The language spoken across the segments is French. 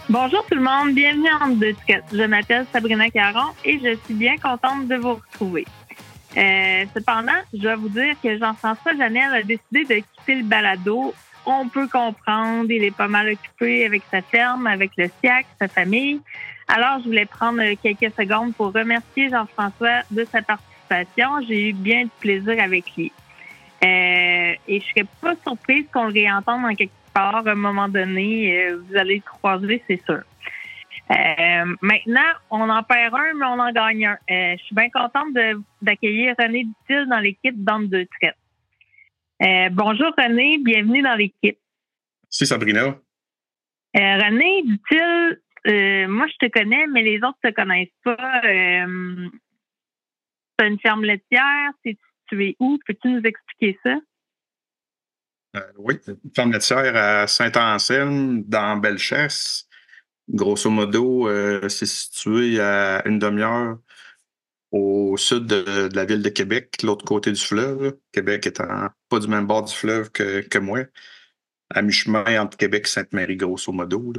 Bonjour tout le monde, bienvenue en deux tickets. Je m'appelle Sabrina Caron et je suis bien contente de vous retrouver. Cependant, je dois vous dire que Jean-François Janel a décidé de quitter le balado. On peut comprendre, il est pas mal occupé avec sa ferme, avec le SIAC, sa famille. Alors, je voulais prendre quelques secondes pour remercier Jean-François de sa participation. J'ai eu bien du plaisir avec lui. Et je serais pas surprise qu'on le réentende en quelque part à un moment donné. Vous allez le croiser, c'est sûr. Maintenant, on en perd un, mais on en gagne un. Je suis bien contente d'accueillir René Dutil dans l'équipe d'Entre deux traites. Bonjour René, bienvenue dans l'équipe. Merci Sabrina. René Dutil, moi je te connais, mais les autres ne te connaissent pas. C'est une ferme laitière, c'est situé où? Peux-tu nous expliquer ça? Oui, une ferme laitière à Saint-Anselme, dans Bellechasse. Grosso modo, c'est situé à une demi-heure au sud de la ville de Québec, l'autre côté du fleuve. Québec étant pas du même bord du fleuve que moi, à mi-chemin entre Québec et Sainte-Marie, grosso modo.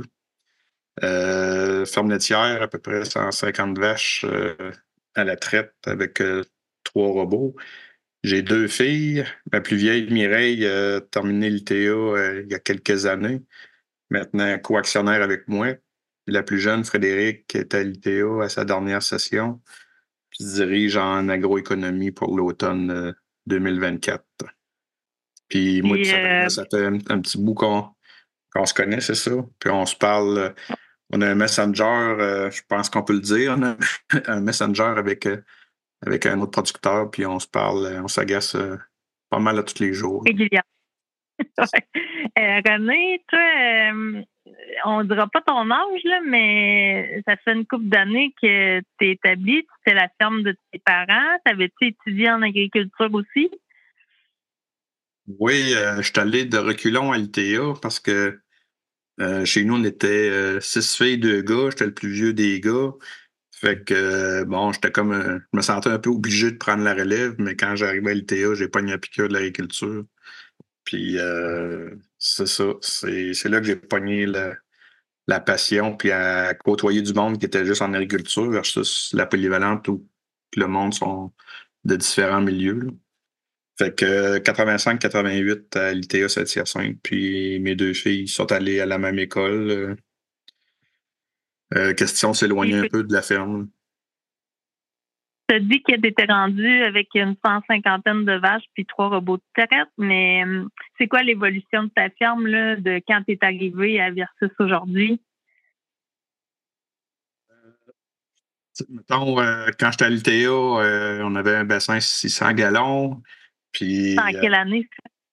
Ferme laitière, à peu près 150 vaches à la traite avec 3 robots. J'ai 2 filles. Ma plus vieille, Mireille, a terminé l'ITA il y a quelques années. Maintenant, co-actionnaire avec moi. La plus jeune, Frédéric, est à l'ITA à sa dernière session. Puis se dirige en agroéconomie pour l'automne 2024. Puis moi, ça fait un petit bout qu'on se connaît, c'est ça. Puis on se parle. On a un messenger, je pense qu'on peut le dire. On a un messenger avec un autre producteur, puis on se parle, on s'agace pas mal à tous les jours. Régulièrement. René, toi, on ne dira pas ton âge, là, mais ça fait une couple d'années que tu es établi, tu fais la ferme de tes parents. T'avais-tu étudié en agriculture aussi? Oui, je suis allé de reculons à l'ITA parce que chez nous, on était 6 filles, 2 gars. J'étais le plus vieux des gars. Fait que, bon, j'étais comme... je me sentais un peu obligé de prendre la relève, mais quand j'arrivais à l'ITA, j'ai pogné la piqûre de l'agriculture. Puis, c'est ça. C'est là que j'ai pogné la passion, puis à côtoyer du monde qui était juste en agriculture versus la polyvalente où le monde sont de différents milieux. Là. Fait que 85-88 à l'ITA Saint-Hyacinthe, puis mes 2 filles sont allées à la même école. Question de s'éloigner un peu de la ferme. Tu as dit que tu étais rendu avec une 150aine de vaches puis 3 robots de traite, mais c'est quoi l'évolution de ta ferme là, de quand tu es arrivé à versus aujourd'hui? Mettons, quand j'étais à l'ITA, on avait un bassin 600 gallons. Puis, En quelle année?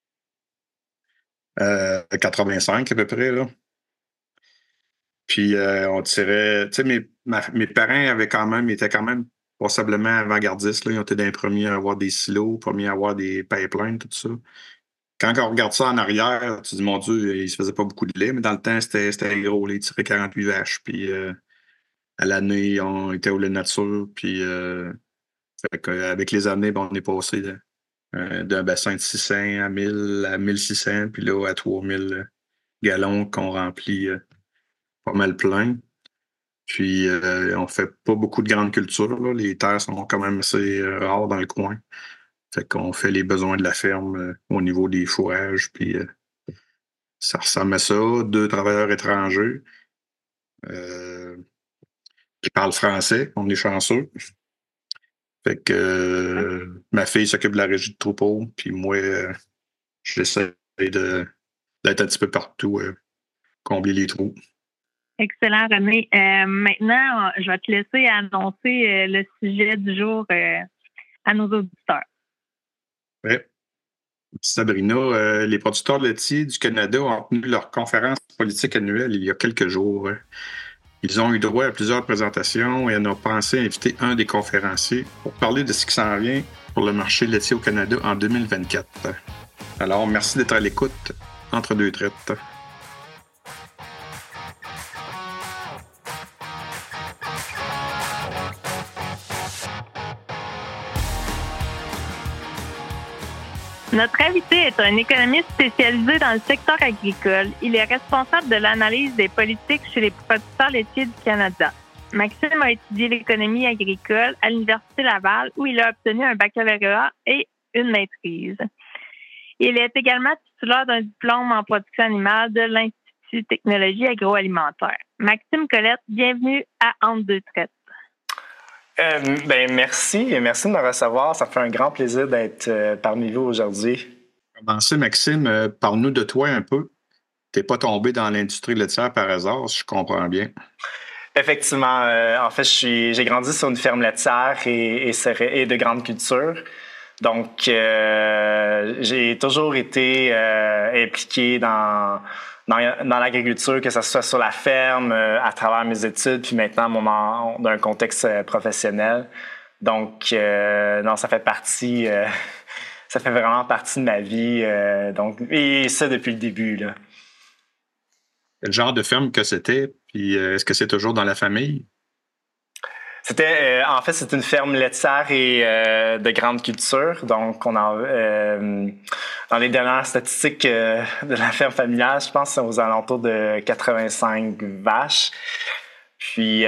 85 à peu près, là. Puis on tirait... Tu sais, mes parents étaient quand même passablement avant-gardistes. Là. Ils ont été les premiers à avoir des silos, premiers à avoir des pipelines, tout ça. Quand on regarde ça en arrière, tu te dis, mon Dieu, il se faisait pas beaucoup de lait, mais dans le temps, c'était gros. Là, ils tiraient 48 vaches. Puis à l'année, on était au lait nature. Puis fait qu'avec les années, on est passé d'un bassin de 600 à 1000 à 1600, puis là, à 3000 gallons qu'on remplit pas mal plein. Puis, on fait pas beaucoup de grandes cultures. Là. Les terres sont quand même assez rares dans le coin. Fait qu'on fait les besoins de la ferme au niveau des fourrages. Puis, ça ressemble à ça. 2 travailleurs étrangers qui parlent français. On est chanceux. Fait que ma fille s'occupe de la régie de troupeau. Puis moi, j'essaie d'être un petit peu partout, combler les trous. Excellent, René. Maintenant, je vais te laisser annoncer le sujet du jour à nos auditeurs. Oui. Sabrina, les producteurs laitiers du Canada ont tenu leur conférence politique annuelle il y a quelques jours. Ils ont eu droit à plusieurs présentations et on a pensé inviter un des conférenciers pour parler de ce qui s'en vient pour le marché laitier au Canada en 2024. Alors, merci d'être à l'écoute entre deux traites. Notre invité est un économiste spécialisé dans le secteur agricole. Il est responsable de l'analyse des politiques chez les producteurs laitiers du Canada. Maxime a étudié l'économie agricole à l'Université Laval, où il a obtenu un baccalauréat et une maîtrise. Il est également titulaire d'un diplôme en production animale de l'Institut de technologie agroalimentaire. Maxime Collette, bienvenue à Entre deux traites. Merci de me recevoir. Ça fait un grand plaisir d'être parmi vous aujourd'hui. Commencer, Maxime, parle-nous de toi un peu. Tu n'es pas tombé dans l'industrie laitière par hasard, si je comprends bien. Effectivement. En fait, j'ai grandi sur une ferme laitière et de grande culture. Donc, j'ai toujours été impliqué dans l'agriculture, que ce soit sur la ferme, à travers mes études, puis maintenant dans un contexte professionnel. Donc, non, ça fait vraiment partie de ma vie. Et ça depuis le début, là. Quel genre de ferme que c'était? Puis est-ce que c'est toujours dans la famille? En fait, c'est une ferme laitière et de grande culture. Donc, on a dans les dernières statistiques de la ferme familiale, je pense, c'est aux alentours de 85 vaches. Puis,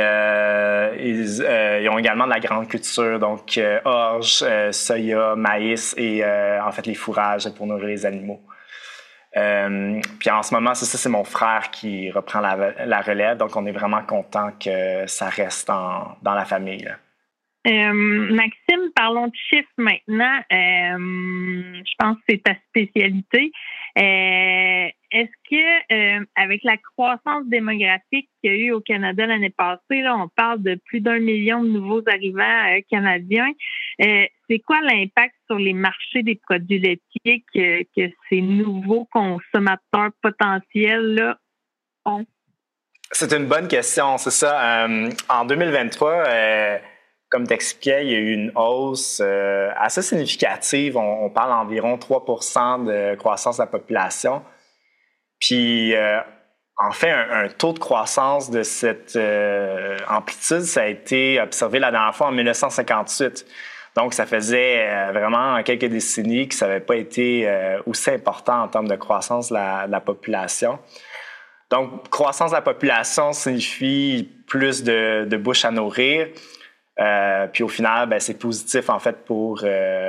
ils ont également de la grande culture, donc orge, soya, maïs et en fait les fourrages pour nourrir les animaux. Puis en ce moment, c'est mon frère qui reprend la relève, donc on est vraiment content que ça reste dans la famille, là. Maxime, parlons de chiffres maintenant. Je pense que c'est ta spécialité. Est-ce que, avec la croissance démographique qu'il y a eu au Canada l'année passée, là, on parle de plus d'1 million de nouveaux arrivants canadiens. C'est quoi l'impact sur les marchés des produits laitiers que ces nouveaux consommateurs potentiels là, ont? C'est une bonne question, c'est ça. En 2023, comme tu expliquais, il y a eu une hausse assez significative. On parle d'environ 3% de croissance de la population. Puis, en fait, un taux de croissance de cette amplitude, ça a été observé la dernière fois en 1958. Donc, ça faisait vraiment quelques décennies que ça n'avait pas été aussi important en termes de croissance de la population. Donc, croissance de la population signifie plus de bouches à nourrir. Puis au final, c'est positif en fait pour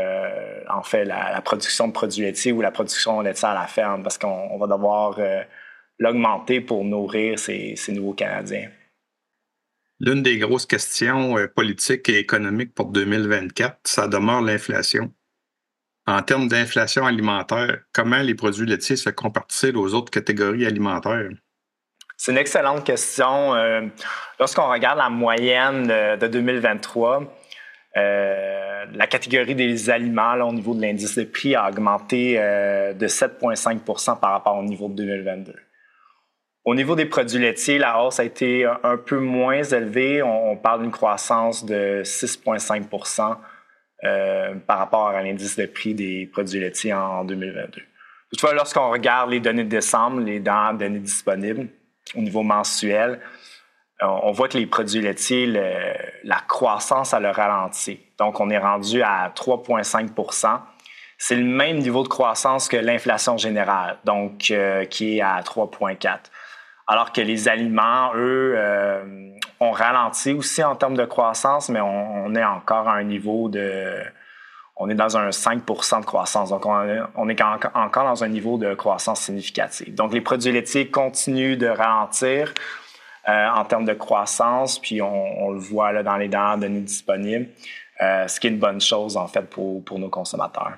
la production de produits laitiers ou la production laitière à la ferme parce qu'on va devoir l'augmenter pour nourrir ces nouveaux Canadiens. L'une des grosses questions politiques et économiques pour 2024, ça demeure l'inflation. En termes d'inflation alimentaire, comment les produits laitiers se comparent-ils aux autres catégories alimentaires? C'est une excellente question. Lorsqu'on regarde la moyenne de 2023, la catégorie des aliments là, au niveau de l'indice de prix a augmenté de 7,5 % par rapport au niveau de 2022. Au niveau des produits laitiers, la hausse a été un peu moins élevée. On parle d'une croissance de 6,5 % par rapport à l'indice de prix des produits laitiers en 2022. Toutefois, lorsqu'on regarde les données de décembre, les données disponibles, au niveau mensuel, on voit que les produits laitiers, la croissance, elle a ralenti. Donc, on est rendu à 3,5 %. C'est le même niveau de croissance que l'inflation générale, donc qui est à 3,4 %. Alors que les aliments, eux, ont ralenti aussi en termes de croissance, mais on est encore à un niveau on est dans un 5 % de croissance. Donc, on est encore dans un niveau de croissance significative. Donc, les produits laitiers continuent de ralentir en termes de croissance, puis on le voit là, dans les dernières données disponibles, ce qui est une bonne chose, en fait, pour nos consommateurs.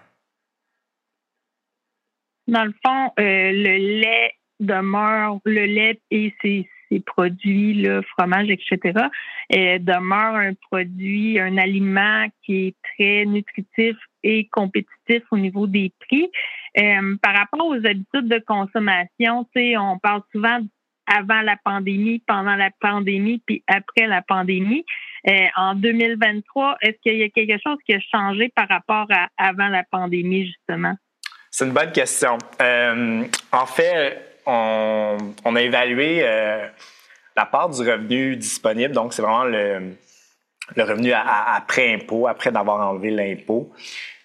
Dans le fond, le lait demeure, le lait et ses produits, là, fromage, etc., demeure un produit, un aliment qui est très nutritif et compétitif au niveau des prix. Par rapport aux habitudes de consommation, on parle souvent avant la pandémie, pendant la pandémie, puis après la pandémie. En 2023, est-ce qu'il y a quelque chose qui a changé par rapport à avant la pandémie, justement? C'est une bonne question. En fait, on a évalué la part du revenu disponible, donc c'est vraiment le revenu après impôt, après d'avoir enlevé l'impôt.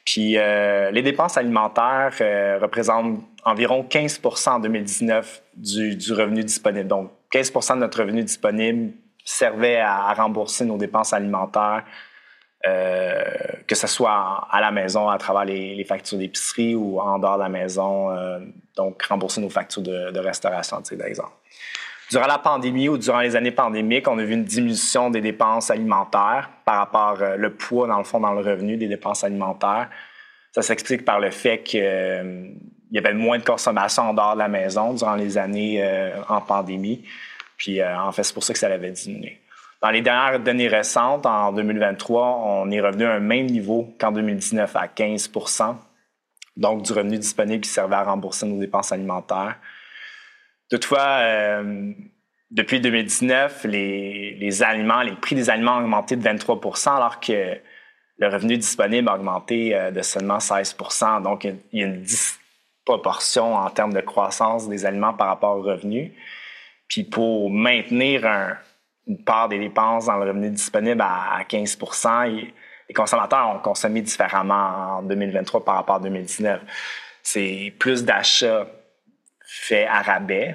Puis les dépenses alimentaires représentent environ 15 % en 2019 du revenu disponible. Donc, 15 % de notre revenu disponible servait à rembourser nos dépenses alimentaires, que ce soit à la maison à travers les factures d'épicerie ou en dehors de la maison, donc rembourser nos factures de restauration, par exemple. Durant la pandémie ou durant les années pandémiques, on a vu une diminution des dépenses alimentaires par rapport au poids, dans le fond, dans le revenu des dépenses alimentaires. Ça s'explique par le fait qu'il y avait moins de consommation en dehors de la maison durant les années en pandémie. Puis, en fait, c'est pour ça que ça avait diminué. Dans les dernières données récentes, en 2023, on est revenu à un même niveau qu'en 2019 à 15 %, donc du revenu disponible qui servait à rembourser nos dépenses alimentaires. Toutefois, depuis 2019, les aliments, les prix des aliments ont augmenté de 23 % alors que le revenu disponible a augmenté de seulement 16 %. Donc, il y a une disproportion en termes de croissance des aliments par rapport aux revenus. Puis pour maintenir une part des dépenses dans le revenu disponible à 15 %, les consommateurs ont consommé différemment en 2023 par rapport à 2019. C'est plus d'achats faits à rabais.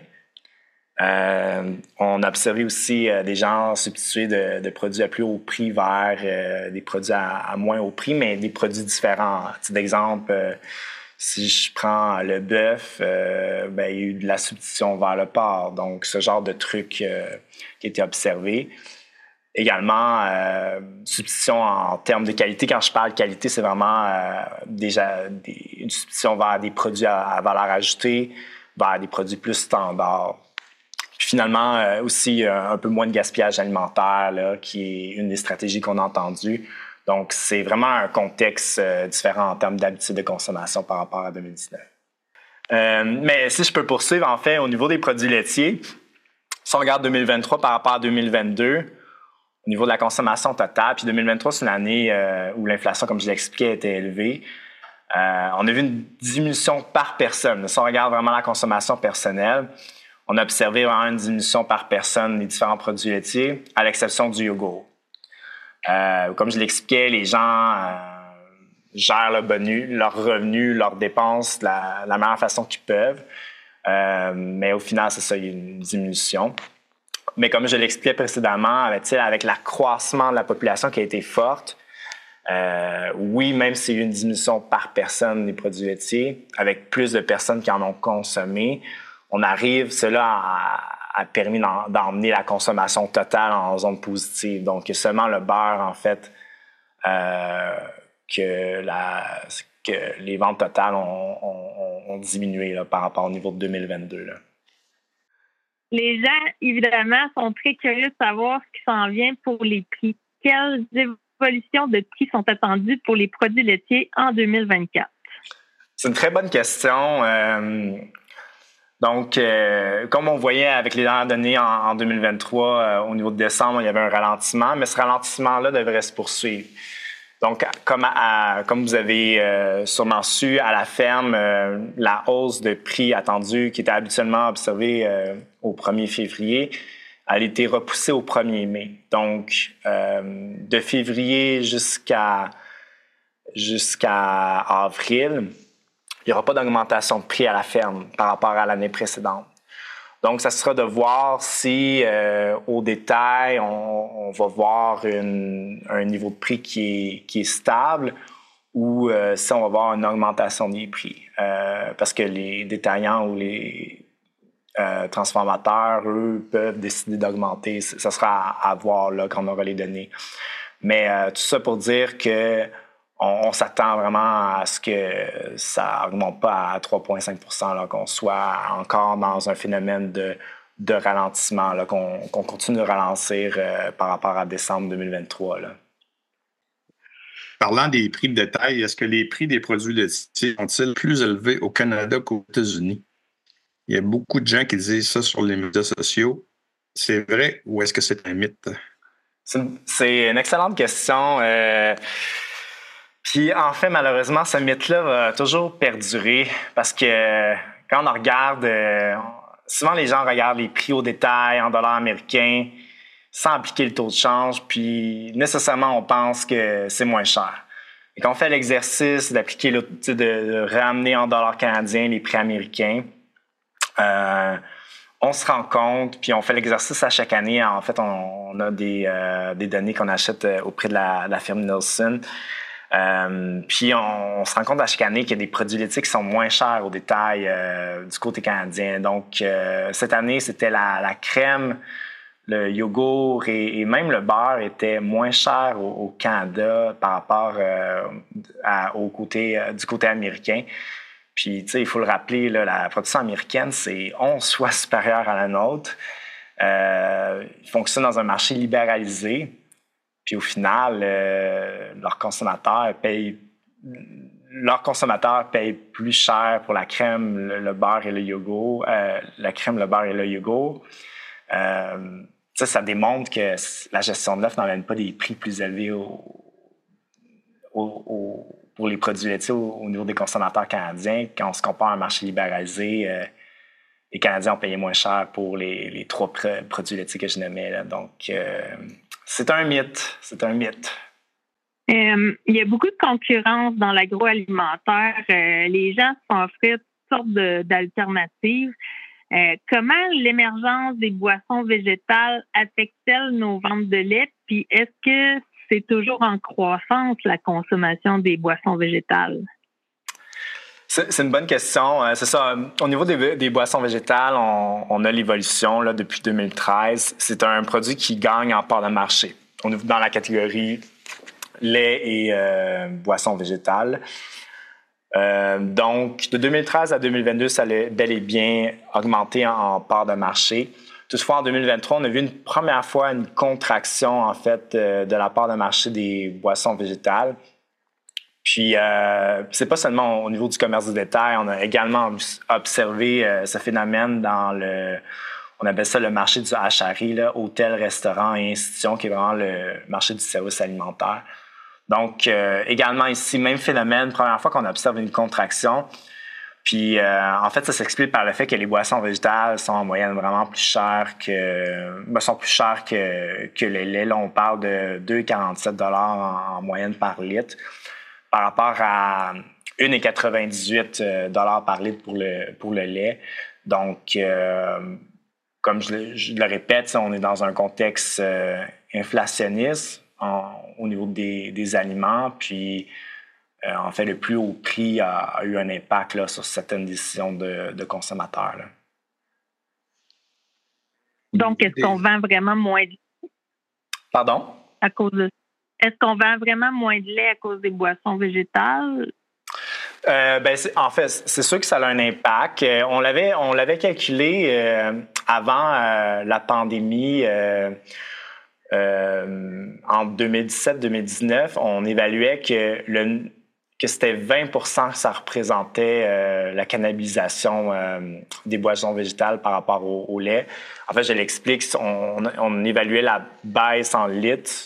On a observé aussi des gens substituer de produits à plus haut prix vers des produits à moins haut prix, mais des produits différents. D'exemple, si je prends le bœuf, il y a eu de la substitution vers le porc. Donc, ce genre de truc qui a été observé. Également, substitution en termes de qualité. Quand je parle de qualité, c'est vraiment déjà une substitution vers des produits à valeur ajoutée, vers des produits plus standards. Puis finalement, aussi un peu moins de gaspillage alimentaire, là, qui est une des stratégies qu'on a entendues. Donc, c'est vraiment un contexte différent en termes d'habitude de consommation par rapport à 2019. Mais si je peux poursuivre, en fait, au niveau des produits laitiers, si on regarde 2023 par rapport à 2022, au niveau de la consommation totale, puis 2023, c'est une année où l'inflation, comme je l'expliquais, était élevée. On a vu une diminution par personne. Si on regarde vraiment la consommation personnelle, on a observé vraiment une diminution par personne des différents produits laitiers, à l'exception du yogourt. Comme je l'expliquais, les gens gèrent leurs revenus, leurs dépenses de la meilleure façon qu'ils peuvent. Mais au final, c'est ça, il y a une diminution. Mais comme je l'expliquais précédemment, avec l'accroissement de la population qui a été forte, oui, même s'il y a eu une diminution par personne des produits laitiers, avec plus de personnes qui en ont consommé, cela a permis d'emmener la consommation totale en zone positive. Donc, seulement le beurre, en fait, que les ventes totales ont diminué là, par rapport au niveau de 2022. Là. Les gens, évidemment, sont très curieux de savoir ce qui s'en vient pour les prix. Quelles évolutions de prix sont attendues pour les produits laitiers en 2024? C'est une très bonne question. Donc, comme on voyait avec les dernières données en 2023, au niveau de décembre, il y avait un ralentissement, mais ce ralentissement-là devrait se poursuivre. Donc, comme vous avez sûrement su, à la ferme, la hausse de prix attendue qui était habituellement observée au 1er février, elle a été repoussée au 1er mai. Donc, de février jusqu'à avril, il n'y aura pas d'augmentation de prix à la ferme par rapport à l'année précédente. Donc, ça sera de voir si, au détail, on va voir un niveau de prix qui est stable ou si on va voir une augmentation des prix. Parce que les détaillants ou les transformateurs, eux, peuvent décider d'augmenter. Ça sera à voir là, quand on aura les données. Mais tout ça pour dire que on s'attend vraiment à ce que ça n'augmente pas à 3,5 %, là, qu'on soit encore dans un phénomène de ralentissement, là, qu'on continue de ralentir par rapport à décembre 2023. Là. Parlant des prix de détail, est-ce que les prix des produits laitiers sont-ils plus élevés au Canada qu'aux États-Unis? Il y a beaucoup de gens qui disent ça sur les médias sociaux. C'est vrai ou est-ce que c'est un mythe? C'est une excellente question. Puis, en fait, malheureusement, ce mythe-là va toujours perdurer parce que quand on regarde, souvent les gens regardent les prix au détail en dollars américains sans appliquer le taux de change, puis nécessairement, on pense que c'est moins cher. Et quand on fait l'exercice d'appliquer, de ramener en dollars canadiens les prix américains, on se rend compte, puis on fait l'exercice à chaque année. En fait, on a des données qu'on achète auprès de la firme Nielsen. Puis on se rend compte à chaque année qu'il y a des produits laitiers qui sont moins chers au détail du côté canadien. Donc, cette année, c'était la crème, le yogourt et même le beurre étaient moins chers au Canada par rapport du côté américain. Puis, tu sais, il faut le rappeler, là, la production américaine, c'est 11 fois supérieure à la nôtre. Ils fonctionnent dans un marché libéralisé. Puis, au final, leurs consommateurs payent plus cher pour la crème, le beurre et le yogourt. La crème, le beurre et le yogourt. Ça démontre que la gestion de l'offre n'emmène pas des prix plus élevés pour les produits laitiers au niveau des consommateurs canadiens. Quand on se compare à un marché libéralisé, les Canadiens ont payé moins cher pour les 3 produits laitiers que je nommais. Là. Donc, c'est un mythe. C'est un mythe. Il y a beaucoup de concurrence dans l'agroalimentaire. Les gens se font offrir toutes sortes d'alternatives. Comment l'émergence des boissons végétales affecte-t-elle nos ventes de lait? Puis est-ce que c'est toujours en croissance, la consommation des boissons végétales? C'est une bonne question. C'est ça. Au niveau des boissons végétales, on a l'évolution là, depuis 2013. C'est un produit qui gagne en part de marché. On est dans la catégorie lait et boissons végétales. Donc, de 2013 à 2022, ça a bel et bien augmenté en part de marché. Toutefois, en 2023, on a vu une première fois une contraction, en fait, de la part de marché des boissons végétales. Puis, c'est pas seulement au niveau du commerce du détail, on a également observé ce phénomène dans on appelle ça le marché du HRI, là, hôtel, restaurant et institutions, qui est vraiment le marché du service alimentaire. Donc, également ici, même phénomène, première fois qu'on observe une contraction. Puis, en fait, ça s'explique par le fait que les boissons végétales sont en moyenne vraiment plus chères que le lait. Là, on parle de 2,47 $ en moyenne par litre par rapport à 1,98 $ par litre pour le lait. Donc, comme je le répète, on est dans un contexte inflationniste au niveau des aliments, puis en fait, le plus haut prix a eu un impact là, sur certaines décisions de consommateurs. Là. Donc, est-ce qu'on vend vraiment moins de lait? Pardon? Est-ce qu'on vend vraiment moins de lait à cause des boissons végétales? En fait, c'est sûr que ça a un impact. On l'avait calculé avant la pandémie. En 2017-2019, on évaluait que c'était 20% que ça représentait la cannibalisation des boissons végétales par rapport au lait. En fait, je l'explique, on évaluait la baisse en litres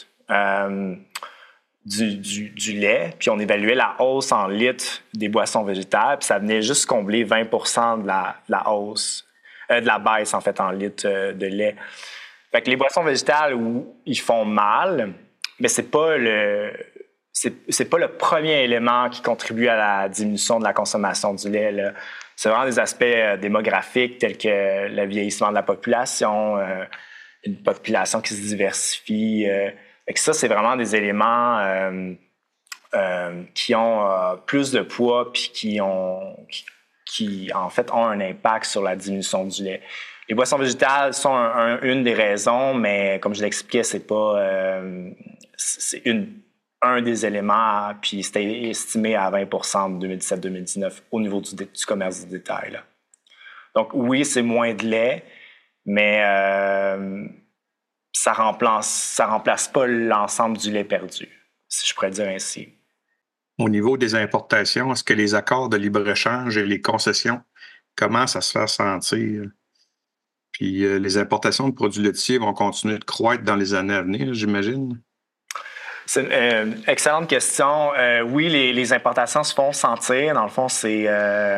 du lait, puis on évaluait la hausse en litres des boissons végétales, puis ça venait juste combler 20% de la hausse, de la baisse en fait en litres de lait. Fait que les boissons végétales, ils font mal, mais c'est pas le premier élément qui contribue à la diminution de la consommation du lait. Là. C'est vraiment des aspects démographiques tels que le vieillissement de la population, une population qui se diversifie. Fait que ça, c'est vraiment des éléments qui ont plus de poids puis qui en fait ont un impact sur la diminution du lait. Les boissons végétales sont une des raisons, mais comme je l'expliquais, c'est un des éléments, puis c'était estimé à 20% en 2017-2019 au niveau du commerce du détail. Là. Donc oui, c'est moins de lait, mais ça remplace pas l'ensemble du lait perdu, si je pourrais dire ainsi. Au niveau des importations, est-ce que les accords de libre-échange et les concessions commencent à se faire sentir? Puis les importations de produits laitiers vont continuer de croître dans les années à venir, j'imagine? C'est une excellente question. Oui, les importations se font sentir. Dans le fond, c'est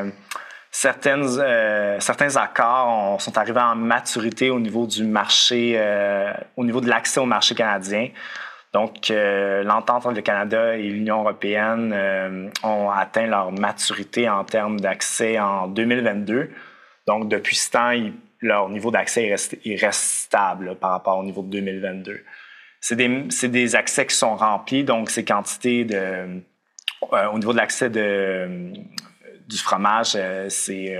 certains accords sont arrivés en maturité au niveau du marché, au niveau de l'accès au marché canadien. Donc, l'entente entre le Canada et l'Union européenne ont atteint leur maturité en termes d'accès en 2022. Donc, depuis ce temps, leur niveau d'accès reste stable là, par rapport au niveau de 2022. C'est des accès qui sont remplis, donc ces quantités au niveau de l'accès du fromage, c'est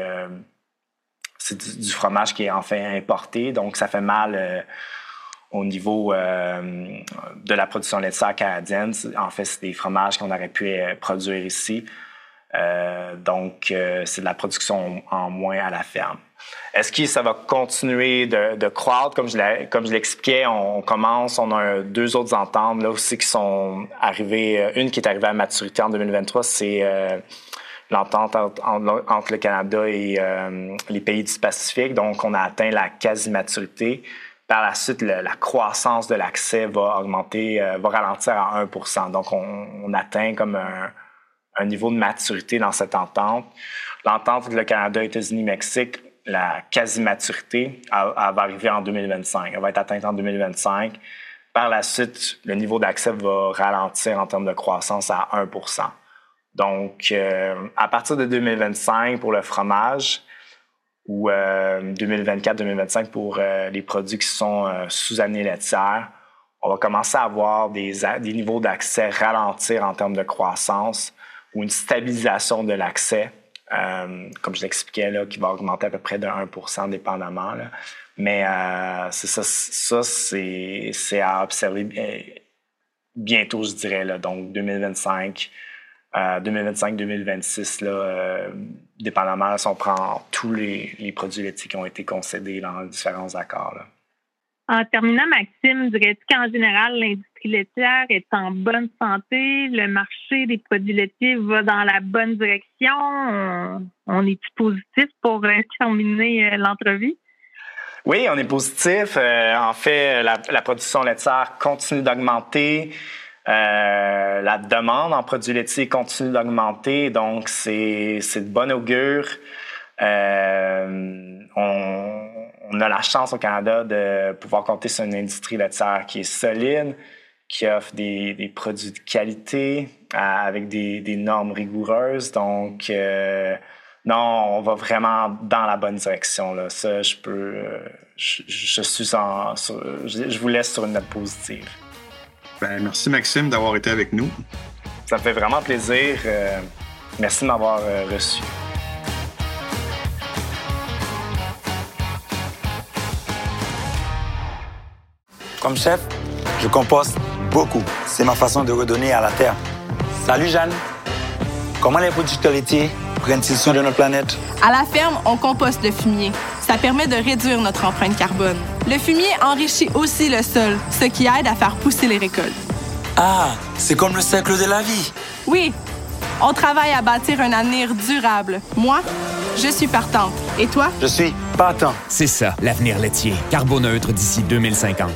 du fromage qui est enfin importé, donc ça fait mal au niveau de la production laitière canadienne. En fait, c'est des fromages qu'on aurait pu produire ici. Donc, c'est de la production en moins à la ferme. Est-ce que ça va continuer de croître? Comme je l'expliquais, on a 2 autres ententes là aussi qui sont arrivées. Une qui est arrivée à maturité en 2023, c'est l'entente entre le Canada et les pays du Pacifique. Donc, on a atteint la quasi-maturité. Par la suite, la croissance de l'accès va ralentir à 1%. Donc, on atteint comme un niveau de maturité dans cette entente. L'entente avec le Canada, États-Unis, Mexique, la quasi-maturité, elle va arriver en 2025. Elle va être atteinte en 2025. Par la suite, le niveau d'accès va ralentir en termes de croissance à 1%. Donc, à partir de 2025 pour le fromage ou 2024-2025 pour les produits qui sont sous année laitière, on va commencer à avoir des niveaux d'accès ralentir en termes de croissance ou une stabilisation de l'accès, comme je l'expliquais, là, qui va augmenter à peu près de 1% dépendamment. Là. Mais c'est ça c'est à observer bientôt, je dirais. Là. Donc, 2025-2026, dépendamment si on prend tous les produits laitiers qui ont été concédés dans les différents accords. Là. En terminant, Maxime, dirais-tu qu'en général, l'industrie laitière est en bonne santé? Le marché des produits laitiers va dans la bonne direction? On est-tu positif pour terminer l'entrevue? Oui, on est positif. En fait, la production laitière continue d'augmenter. La demande en produits laitiers continue d'augmenter. Donc, c'est de bon augure. On a la chance au Canada de pouvoir compter sur une industrie laitière qui est solide, qui offre des produits de qualité avec des normes rigoureuses. Donc, non, on va vraiment dans la bonne direction. Là. Ça, je vous laisse sur une note positive. Ben, merci Maxime d'avoir été avec nous. Ça me fait vraiment plaisir. Merci de m'avoir reçu. Comme chef, je composte beaucoup. C'est ma façon de redonner à la terre. Salut Jeanne. Comment les producteurs laitiers prennent-ils soin de notre planète? À la ferme, on composte le fumier. Ça permet de réduire notre empreinte carbone. Le fumier enrichit aussi le sol, ce qui aide à faire pousser les récoltes. Ah, c'est comme le cercle de la vie. Oui, on travaille à bâtir un avenir durable. Moi, je suis partante. Et toi? Je suis partant. C'est ça, l'avenir laitier. Carboneutre d'ici 2050.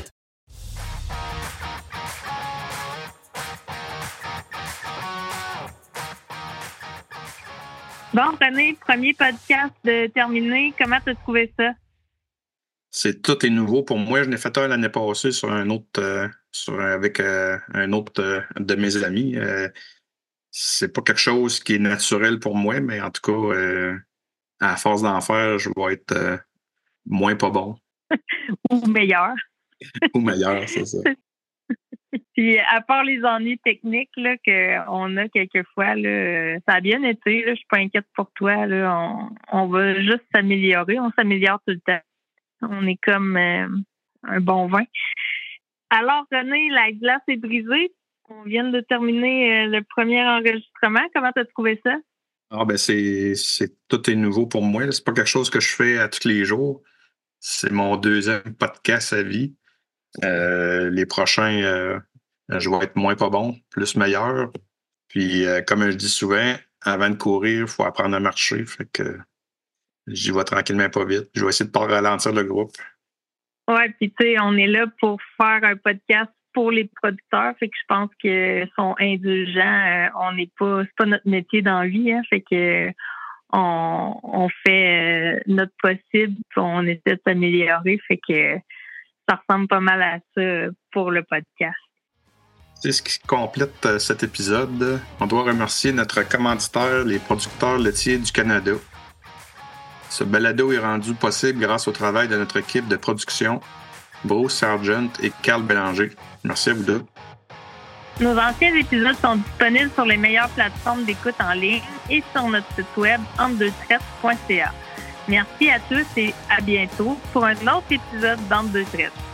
Bon, René, premier podcast de terminé. Comment tu as trouvé ça? Tout est nouveau pour moi. Je n'ai fait un l'année passée sur un autre, avec un autre de mes amis. C'est pas quelque chose qui est naturel pour moi, mais en tout cas, à force d'en faire, je vais être moins pas bon. Ou meilleur. Ou meilleur, c'est ça. Puis, à part les ennuis techniques là, qu'on a quelquefois, là, ça a bien été. Là, je suis pas inquiète pour toi. Là, on va juste s'améliorer. On s'améliore tout le temps. On est comme un bon vin. Alors, René, la glace est brisée. On vient de terminer le premier enregistrement. Comment tu as trouvé ça? Ah ben tout est nouveau pour moi. C'est pas quelque chose que je fais à tous les jours. C'est mon 2e podcast à vie. Les prochains, je vais être moins pas bon, plus meilleur. Puis, comme je dis souvent, avant de courir, il faut apprendre à marcher. Fait que j'y vais tranquillement pas vite. Je vais essayer de pas ralentir le groupe. Ouais, puis tu sais, on est là pour faire un podcast pour les producteurs. Fait que je pense qu'ils sont indulgents. C'est pas notre métier dans la vie. Hein, fait que on fait notre possible. On essaie de s'améliorer. Fait que ça ressemble pas mal à ça pour le podcast. C'est ce qui complète cet épisode. On doit remercier notre commanditaire, les producteurs laitiers du Canada. Ce balado est rendu possible grâce au travail de notre équipe de production, Bruce Sargent et Carl Bélanger. Merci à vous deux. Nos anciens épisodes sont disponibles sur les meilleures plateformes d'écoute en ligne et sur notre site web entre2traites.ca. Merci à tous et à bientôt pour un autre épisode d'Entre deux traites.